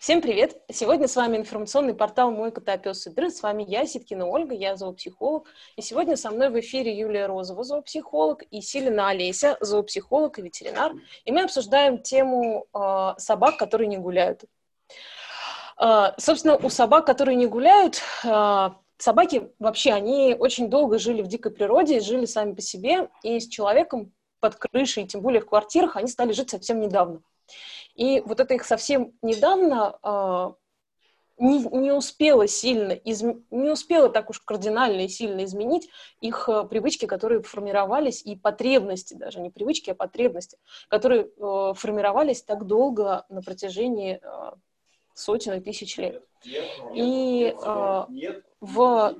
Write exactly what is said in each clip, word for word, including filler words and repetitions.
Всем привет! Сегодня с вами информационный портал «Мой котопес и дры». С вами я, Ситкина Ольга, я зоопсихолог. И сегодня со мной в эфире Юлия Розова, зоопсихолог, и Силина Олеся, зоопсихолог и ветеринар. И мы обсуждаем тему э, собак, которые не гуляют. Э, собственно, у собак, которые не гуляют, э, собаки вообще, они очень долго жили в дикой природе, жили сами по себе, и с человеком под крышей, тем более в квартирах, они стали жить совсем недавно. И вот это их совсем недавно э, не, не успело сильно, изм... не успело так уж кардинально и сильно изменить их э, привычки, которые формировались, и потребности, даже не привычки, а потребности, которые э, формировались так долго на протяжении э, сотен и тысяч лет. И э, в...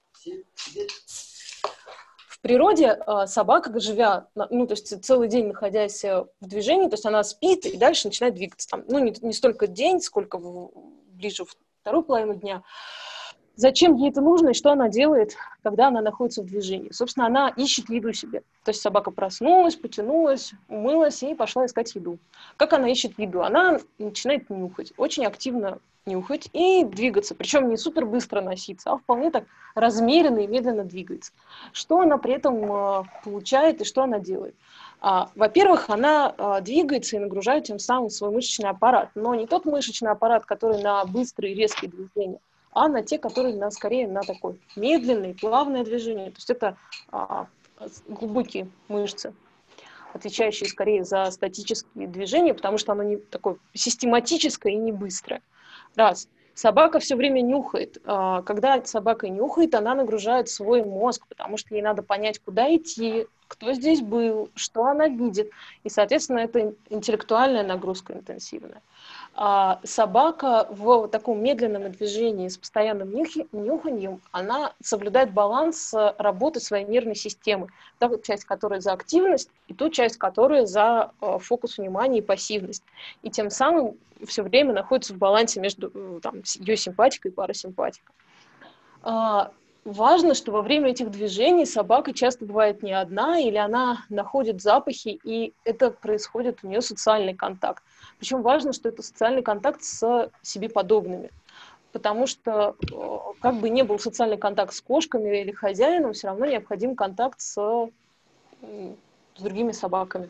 В природе э, собака, живя, ну, то есть целый день находясь в движении, то есть она спит и дальше начинает двигаться. Там, ну, не, не столько день, сколько в, ближе в вторую половину дня. Зачем ей это нужно и что она делает, когда она находится в движении? Собственно, она ищет еду себе. То есть собака проснулась, потянулась, умылась и пошла искать еду. Как она ищет еду? Она начинает нюхать, очень активно нюхать и двигаться. Причем не супер быстро носиться, а вполне так размеренно и медленно двигается. Что она при этом э, получает и что она делает? А, во-первых, она а, двигается и нагружает тем самым свой мышечный аппарат. Но не тот мышечный аппарат, который на быстрые и резкие движения, а на те, которые на, скорее на такое медленное, плавное движение. То есть это а, глубокие мышцы, отвечающие скорее за статические движения, потому что оно не такое систематическое и не быстрое. Раз. Собака все время нюхает. Когда собака нюхает, она нагружает свой мозг, потому что ей надо понять, куда идти, кто здесь был, что она видит. И, соответственно, это интеллектуальная нагрузка интенсивная. А собака в таком медленном движении с постоянным нюханьем, она соблюдает баланс работы своей нервной системы. Та часть, которая за активность, и ту часть, которая за фокус внимания и пассивность. И тем самым все время находится в балансе между там, ее симпатикой и парасимпатикой. А, важно, что во время этих движений собака часто бывает не одна, или она находит запахи, и это происходит у нее социальный контакт. Причем важно, что это социальный контакт с себе подобными. Потому что как бы ни был социальный контакт с кошками или хозяином, все равно необходим контакт с, с другими собаками.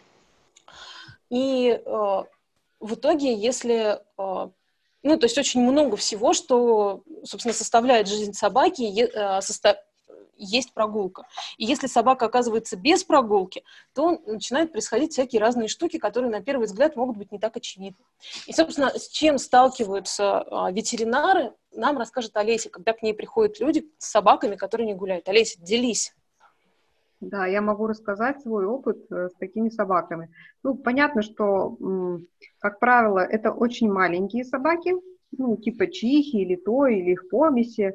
И э, в итоге, если... Э, ну, то есть очень много всего, что, собственно, составляет жизнь собаки, э, состав... есть прогулка. И если собака оказывается без прогулки, то начинают происходить всякие разные штуки, которые, на первый взгляд, могут быть не так очевидны. И, собственно, с чем сталкиваются э, ветеринары, нам расскажет Олеся, когда к ней приходят люди с собаками, которые не гуляют. Олеся, делись. Да, я могу рассказать свой опыт с такими собаками. Ну, понятно, что, как правило, это очень маленькие собаки, ну, типа чихи или той, или их помеси.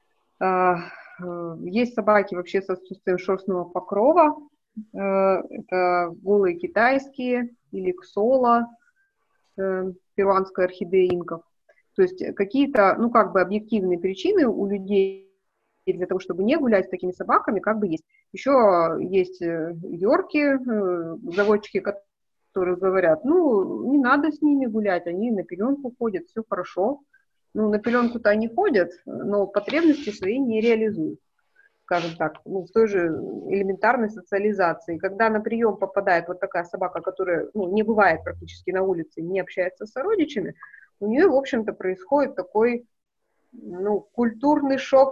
Есть собаки вообще с отсутствием шерстного покрова. Это голые китайские или ксола, перуанская орхидея инков. То есть какие-то, ну, как бы объективные причины у людей для того, чтобы не гулять с такими собаками, как бы есть. Еще есть йорки, заводчики, которые говорят, ну, не надо с ними гулять, они на пеленку ходят, все хорошо. Ну, на пеленку-то они ходят, но потребности свои не реализуют, скажем так, ну, в той же элементарной социализации. Когда на прием попадает вот такая собака, которая, ну, не бывает практически на улице, не общается с сородичами, у нее, в общем-то, происходит такой, ну, культурный шок,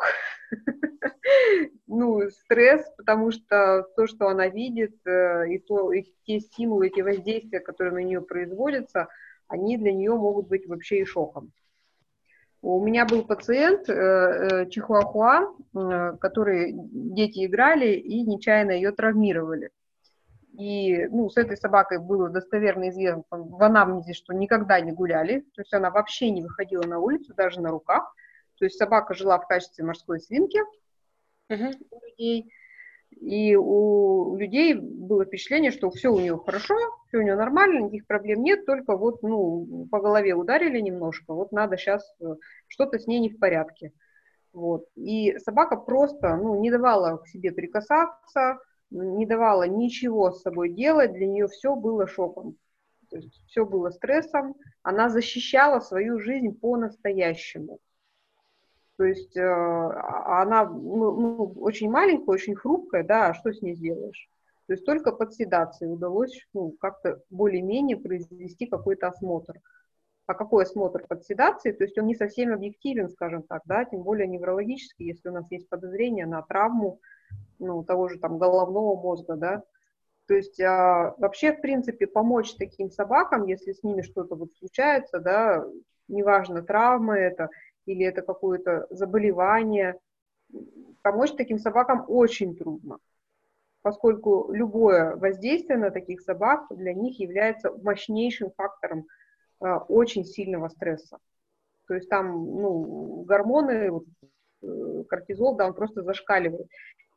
ну, стресс, потому что то, что она видит, и, то, и те стимулы, эти воздействия, которые на нее производятся, они для нее могут быть вообще и шоком. У меня был пациент, э, чихуахуа, э, который дети играли и нечаянно ее травмировали. И, ну, с этой собакой было достоверно известно в анамнезе, что никогда не гуляли, то есть она вообще не выходила на улицу, даже на руках. То есть собака жила в качестве морской свинки uh-huh. у людей. И у людей было впечатление, что все у нее хорошо, все у нее нормально, никаких проблем нет, только вот, ну, по голове ударили немножко, вот надо сейчас, что-то с ней не в порядке. Вот. И собака просто, ну, не давала к себе прикасаться, не давала ничего с собой делать, для нее все было шоком. То есть все было стрессом, она защищала свою жизнь по-настоящему. То есть э, она ну, ну, очень маленькая, очень хрупкая, да, а что с ней сделаешь? То есть только под седацией удалось ну, как-то более-менее произвести какой-то осмотр. А какой осмотр под седацией? То есть он не совсем объективен, скажем так, да, тем более неврологический, если у нас есть подозрение на травму, ну, того же там головного мозга, да. То есть а, вообще, в принципе, помочь таким собакам, если с ними что-то вот случается, да, неважно, травма это или это какое-то заболевание, помочь таким собакам очень трудно, поскольку любое воздействие на таких собак для них является мощнейшим фактором а, очень сильного стресса. То есть там, ну, гормоны, вот, э, кортизол, да, он просто зашкаливает.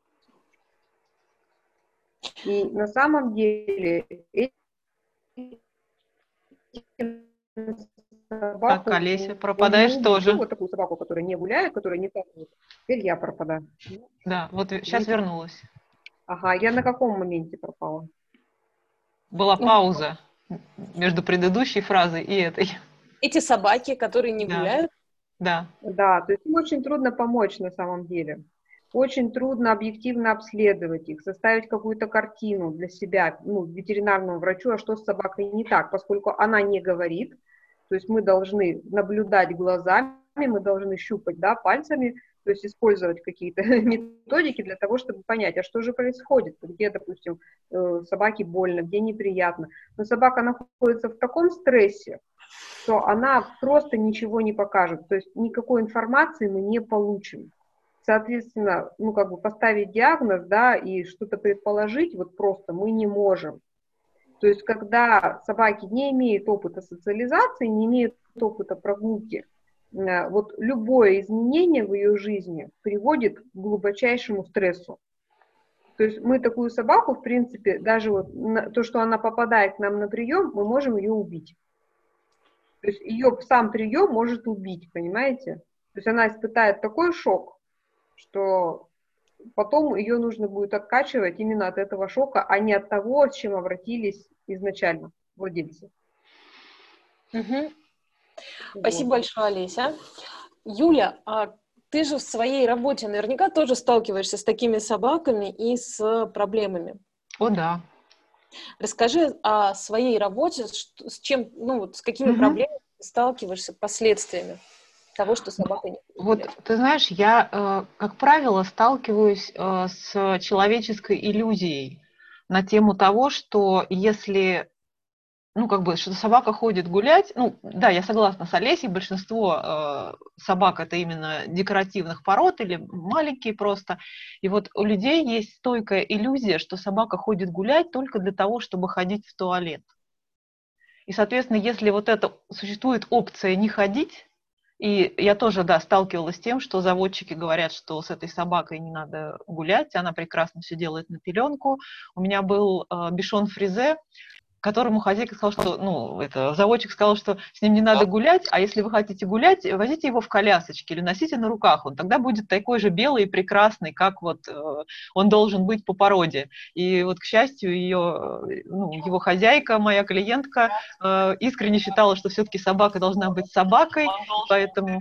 И на самом деле Так, собаку Олеся, он не пропадаешь убить. Ну, тоже. вот такую собаку, которая не гуляет, которая не плавает. Теперь я пропадаю. Да, вот сейчас Видите? вернулась. Ага, я на каком моменте пропала? Была Ну, пауза между предыдущей фразой и этой. эти собаки, которые не Да, гуляют. да. Да, то есть им очень трудно помочь на самом деле. Очень трудно объективно обследовать их, составить какую-то картину для себя, ну, ветеринарному врачу, а что с собакой не так, поскольку она не говорит. То есть мы должны наблюдать глазами, мы должны щупать, да, пальцами, то есть использовать какие-то методики для того, чтобы понять, а что же происходит, где, допустим, э, собаке больно, где неприятно. Но собака находится в таком стрессе, что она просто ничего не покажет, то есть никакой информации мы не получим. Соответственно, ну, как бы поставить диагноз, да, и что-то предположить вот просто мы не можем. То есть, когда собаки не имеют опыта социализации, не имеют опыта прогулки, вот любое изменение в ее жизни приводит к глубочайшему стрессу. То есть мы такую собаку, в принципе, даже вот на, то, что она попадает к нам на прием, мы можем ее убить. То есть ее сам прием может убить, понимаете? То есть она испытает такой шок, что потом ее нужно будет откачивать именно от этого шока, а не от того, с чем обратились изначально владельцы. Угу. Вот. Спасибо большое, Олеся. Юля, а ты же в своей работе наверняка тоже сталкиваешься с такими собаками и с проблемами. О, да. Расскажи о своей работе, с чем, ну вот, с какими Угу. проблемами ты сталкиваешься, последствиями того, что собака не Вот, гуляет. ты знаешь, я, э, как правило, сталкиваюсь э, с человеческой иллюзией на тему того, что если, ну, как бы, что собака ходит гулять, ну, да, я согласна с Олесей, большинство э, собак это именно декоративных пород или маленькие просто, и вот у людей есть стойкая иллюзия, что собака ходит гулять только для того, чтобы ходить в туалет. И, соответственно, если вот это существует опция не ходить, и я тоже, да, сталкивалась с тем, что заводчики говорят, что с этой собакой не надо гулять, она прекрасно все делает на пеленку. У меня был э, бишон Фризе, которому хозяйка сказала, что, ну, это, заводчик сказал, что с ним не надо гулять, а если вы хотите гулять, возите его в колясочке или носите на руках, он тогда будет такой же белый и прекрасный, как вот э, он должен быть по породе. И вот, к счастью, ее, ну, его хозяйка, моя клиентка, э, искренне считала, что все-таки собака должна быть собакой, поэтому...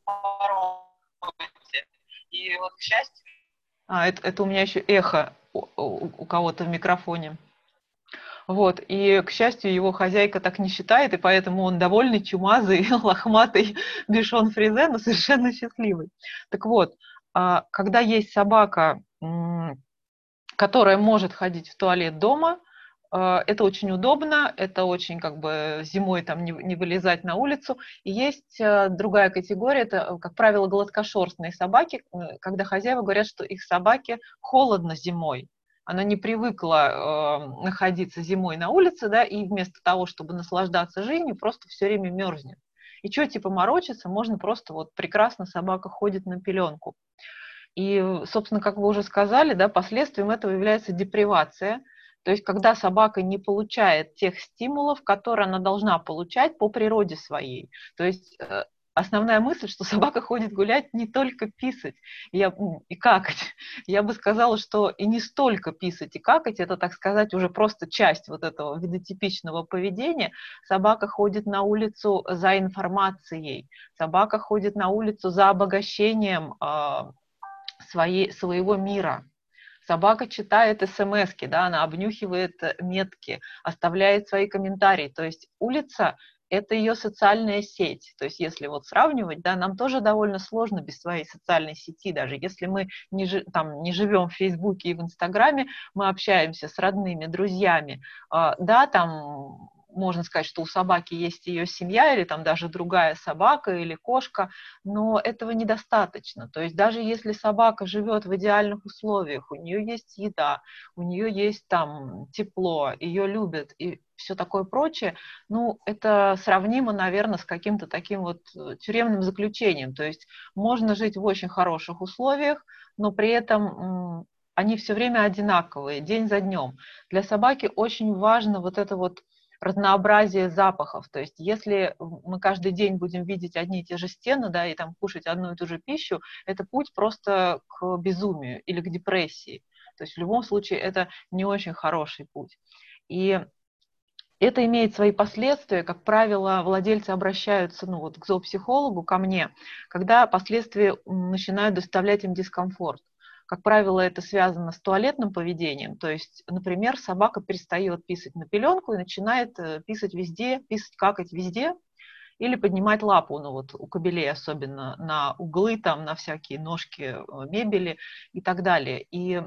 И вот, к счастью... А, это, это у меня еще эхо у, у, у кого-то в микрофоне. Вот, и, к счастью, его хозяйка так не считает, и поэтому он довольный, чумазый, лохматый бишон Фризе, но совершенно счастливый. Так вот, когда есть собака, которая может ходить в туалет дома, это очень удобно, это очень как бы зимой там не, не вылезать на улицу. И есть другая категория, это, как правило, гладкошерстные собаки, когда хозяева говорят, что их собаке холодно зимой. Она не привыкла э, находиться зимой на улице, да, и вместо того, чтобы наслаждаться жизнью, просто все время мерзнет. И что, типа, морочиться, можно просто, вот прекрасно собака ходит на пеленку. И, собственно, как вы уже сказали, да, последствием этого является депривация. То есть, когда собака не получает тех стимулов, которые она должна получать по природе своей. То есть, основная мысль, что собака ходит гулять не только писать я, и какать. Я бы сказала, что и не столько писать и какать, это, так сказать, уже просто часть вот этого видотипичного поведения. Собака ходит на улицу за информацией, собака ходит на улицу за обогащением э, своей, своего мира. Собака читает смски, да, она обнюхивает метки, оставляет свои комментарии. То есть улица – это ее социальная сеть. То есть если вот сравнивать, да, нам тоже довольно сложно без своей социальной сети. Даже если мы не, там, не живем в Фейсбуке и в Инстаграме, мы общаемся с родными, друзьями. Да, там можно сказать, что у собаки есть ее семья или там даже другая собака или кошка, но этого недостаточно. То есть даже если собака живет в идеальных условиях, у нее есть еда, у нее есть там тепло, ее любят и все такое прочее, ну, это сравнимо, наверное, с каким-то таким вот тюремным заключением. То есть можно жить в очень хороших условиях, но при этом они все время одинаковые, день за днем. Для собаки очень важно вот это вот разнообразие запахов. То есть если мы каждый день будем видеть одни и те же стены, да, и там кушать одну и ту же пищу, это путь просто к безумию или к депрессии. То есть в любом случае это не очень хороший путь. И это имеет свои последствия. Как правило, владельцы обращаются ну, вот, к зоопсихологу, ко мне, когда последствия начинают доставлять им дискомфорт. Как правило, это связано с туалетным поведением. То есть, например, собака перестает писать на пеленку и начинает писать везде, писать, какать везде, или поднимать лапу, ну вот у кобелей особенно, на углы, там, на всякие ножки мебели и так далее. И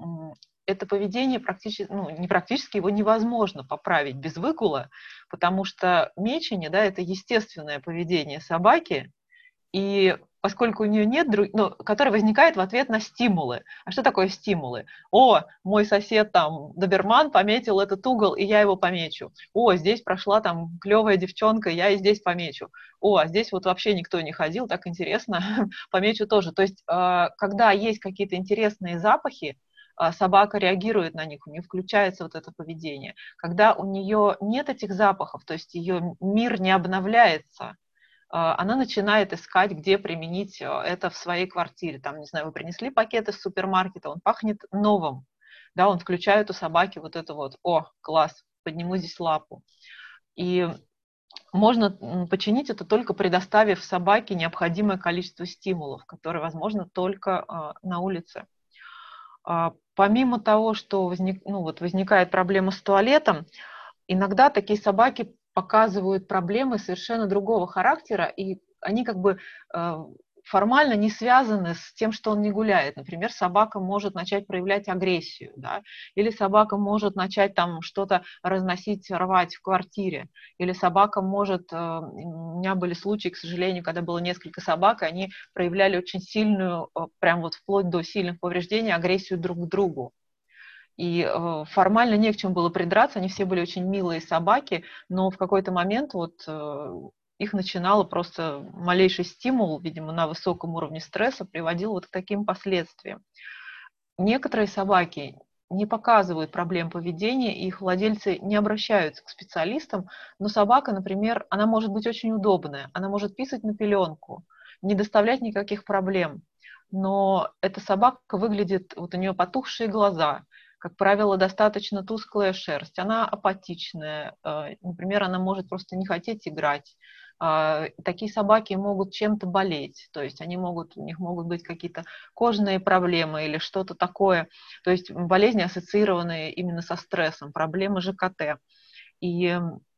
это поведение практически, ну, не практически, его невозможно поправить без выгула, потому что мечение, да, это естественное поведение собаки, и поскольку у нее нет, ну, которое возникает в ответ на стимулы. А что такое стимулы? О, мой сосед там, доберман, пометил этот угол, и я его помечу. О, здесь прошла там клевая девчонка, я и здесь помечу. О, а здесь вот вообще никто не ходил, так интересно, помечу тоже. То есть, когда есть какие-то интересные запахи, собака реагирует на них, у нее включается вот это поведение. Когда у нее нет этих запахов, то есть ее мир не обновляется, она начинает искать, где применить это в своей квартире. Там, не знаю, вы принесли пакет из супермаркета, он пахнет новым, да, он включает у собаки вот это вот, о, класс, подниму здесь лапу. И можно починить это только предоставив собаке необходимое количество стимулов, которые возможно только на улице. Помимо того, что возник, ну, вот возникает проблема с туалетом, иногда такие собаки показывают проблемы совершенно другого характера, и они как бы э, формально не связаны с тем, что он не гуляет. Например, собака может начать проявлять агрессию, да? Или собака может начать там что-то разносить, рвать в квартире, или собака может... Э, у меня были случаи, к сожалению, когда было несколько собак, и они проявляли очень сильную, э, прям вот вплоть до сильных повреждений, агрессию друг к другу. И э, формально не к чему было придраться, они все были очень милые собаки, но в какой-то момент вот э, их начинало просто малейший стимул, видимо, на высоком уровне стресса приводил вот к таким последствиям. Некоторые собаки не показывают проблем поведения, и их владельцы не обращаются к специалистам, но собака, например, она может быть очень удобная, она может писать на пеленку, не доставлять никаких проблем, но эта собака выглядит, вот у нее потухшие глаза, как правило, достаточно тусклая шерсть, она апатичная, например, она может просто не хотеть играть. Такие собаки могут чем-то болеть, то есть они могут, у них могут быть какие-то кожные проблемы или что-то такое, то есть болезни, ассоциированные именно со стрессом, проблемы ЖКТ. И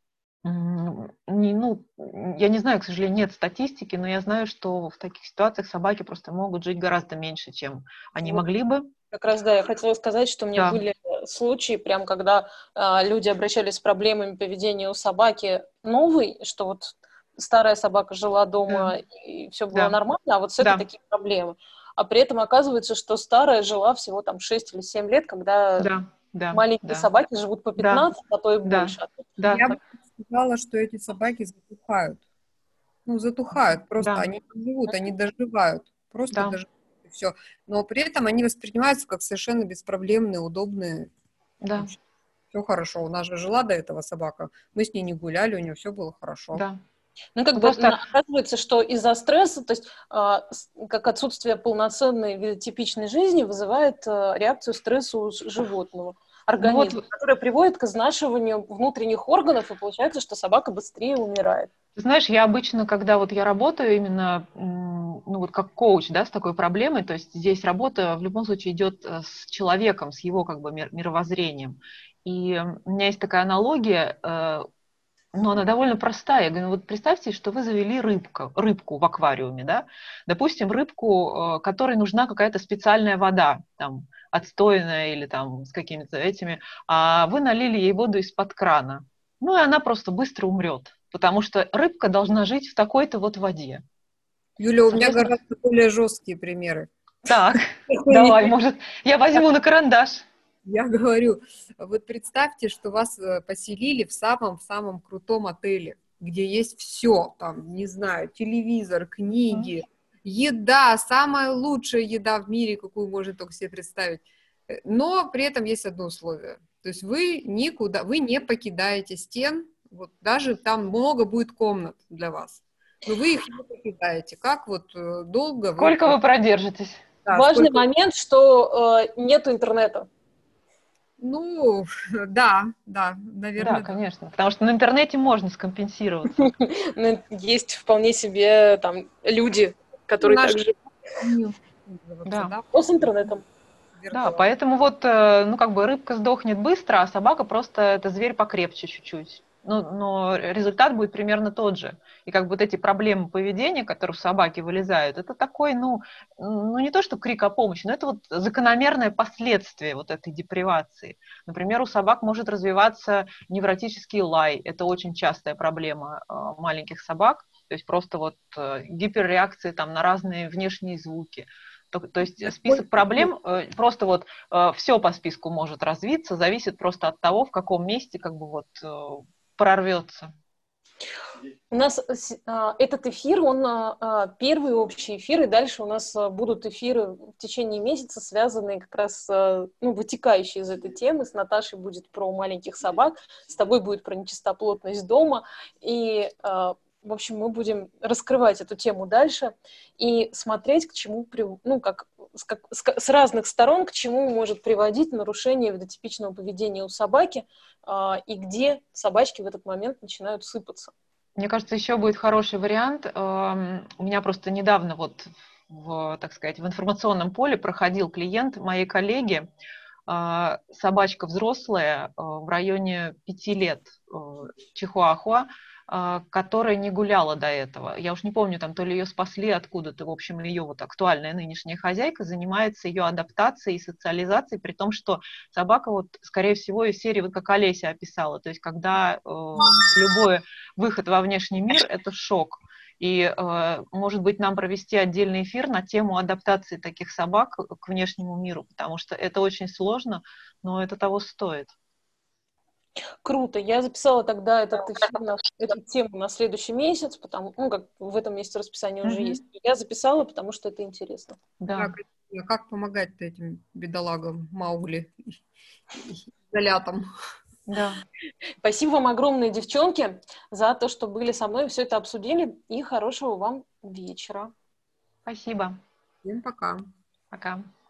не, ну, я не знаю, к сожалению, нет статистики, но я знаю, что в таких ситуациях собаки просто могут жить гораздо меньше, чем они вот. могли бы. Как раз, да, я хотела сказать, что у меня да. были случаи, прям когда а, люди обращались с проблемами поведения у собаки новой, что вот старая собака жила дома, да. и все было да. нормально, а вот с этой да. такие проблемы. А при этом оказывается, что старая жила всего там шесть или семь лет, когда да. Да. маленькие да. собаки живут по пятнадцать, да. а то и да. больше. Да. Я бы сказала, что эти собаки затухают. Ну, затухают, просто да. они не живут, они доживают, просто да. доживают. Все. Но при этом они воспринимаются как совершенно беспроблемные, удобные. Да. Все хорошо. У нас же жила до этого собака. Мы с ней не гуляли, у нее все было хорошо. Да. Ну, как Ну, бы просто на- оказывается, что из-за стресса, то есть а, с- как отсутствие полноценной видотипичной жизни вызывает а, реакцию стресса у ж- животного ну вот, организма, которая приводит к изнашиванию внутренних органов, и получается, что собака быстрее умирает. ты знаешь, я обычно, когда вот я работаю именно, м, ну вот как коуч, да, с такой проблемой, то есть здесь работа в любом случае идет э, с человеком, с его как бы мир- мировоззрением. И м, у меня есть такая аналогия, э, но она довольно простая. Я говорю, ну вот представьте, что вы завели рыбку, рыбку в аквариуме, да, допустим, рыбку, э, которой нужна какая-то специальная вода, там, отстойная или там с какими-то этими, а вы налили ей воду из-под крана. Ну и она просто быстро умрет, потому что рыбка должна жить в такой-то вот воде. Юля, у меня Соответственно, гораздо более жесткие примеры. так, давай, может, я возьму на карандаш. Я говорю, вот представьте, что вас э, поселили в самом-самом крутом отеле, где есть все, там, не знаю, телевизор, книги, еда, самая лучшая еда в мире, какую можно только себе представить. Э, Но при этом есть одно условие. То есть вы никуда, вы не покидаете стен, вот даже там много будет комнат для вас, но вы их не покидаете. Как вот э, долго вы... Сколько вы продержитесь? Да, Важный сколько... момент, что э, нету интернета. Ну, да, да, Да, наверное, да. конечно, потому что на интернете можно скомпенсироваться. Ну, есть вполне себе там люди, которые Наш также не пользоваться, Да. да, с интернетом. Да, виртуально. поэтому вот, э, ну, как бы рыбка сдохнет быстро, а собака просто это зверь покрепче чуть-чуть. Ну, но результат будет примерно тот же. И как бы вот эти проблемы поведения, которые у собаки вылезают, это такой, ну, ну, не то что крик о помощи, но это вот закономерное последствие вот этой депривации. Например, у собак может развиваться невротический лай. Это очень частая проблема э, маленьких собак. То есть просто вот э, гиперреакции там на разные внешние звуки. То, то есть список проблем, э, просто вот э, все по списку может развиться, зависит просто от того, в каком месте как бы вот э, прорвется. У нас с- а, этот эфир, он а, а, первый общий эфир, и дальше у нас а, будут эфиры в течение месяца, связанные как раз, а, ну, вытекающие из этой темы. С Наташей будет про маленьких собак, с тобой будет про нечистоплотность дома, и, а, в общем, мы будем раскрывать эту тему дальше и смотреть, к чему, при- ну, как, с, как- с ка- с разных сторон, к чему может приводить нарушение видотипичного поведения у собаки, а, и где собачки в этот момент начинают сыпаться. Мне кажется, еще будет хороший вариант. Эм, У меня просто недавно вот в, так сказать, в информационном поле проходил клиент моей коллеги, э, собачка взрослая, э, в районе пяти лет, э, чихуахуа, э, которая не гуляла до этого. Я уж не помню, там то ли ее спасли откуда-то, в общем, ее вот актуальная нынешняя хозяйка занимается ее адаптацией и социализацией, при том, что собака вот, скорее всего, из серии, вот как Олеся описала, то есть когда э, любое выход во внешний мир – это шок. И, э, может быть, нам провести отдельный эфир на тему адаптации таких собак к внешнему миру, потому что это очень сложно, но это того стоит. Круто. Я записала тогда этот эфир, на, эту тему на следующий месяц, потому, ну, как в этом месяце расписание уже Мгм. есть. Я записала, потому что это интересно. Да. Как, а как помогать-то этим бедолагам Маугли, изолятам? Да. Спасибо вам огромное, девчонки, за то, что были со мной, все это обсудили, и хорошего вам вечера. Спасибо. Всем пока. Пока.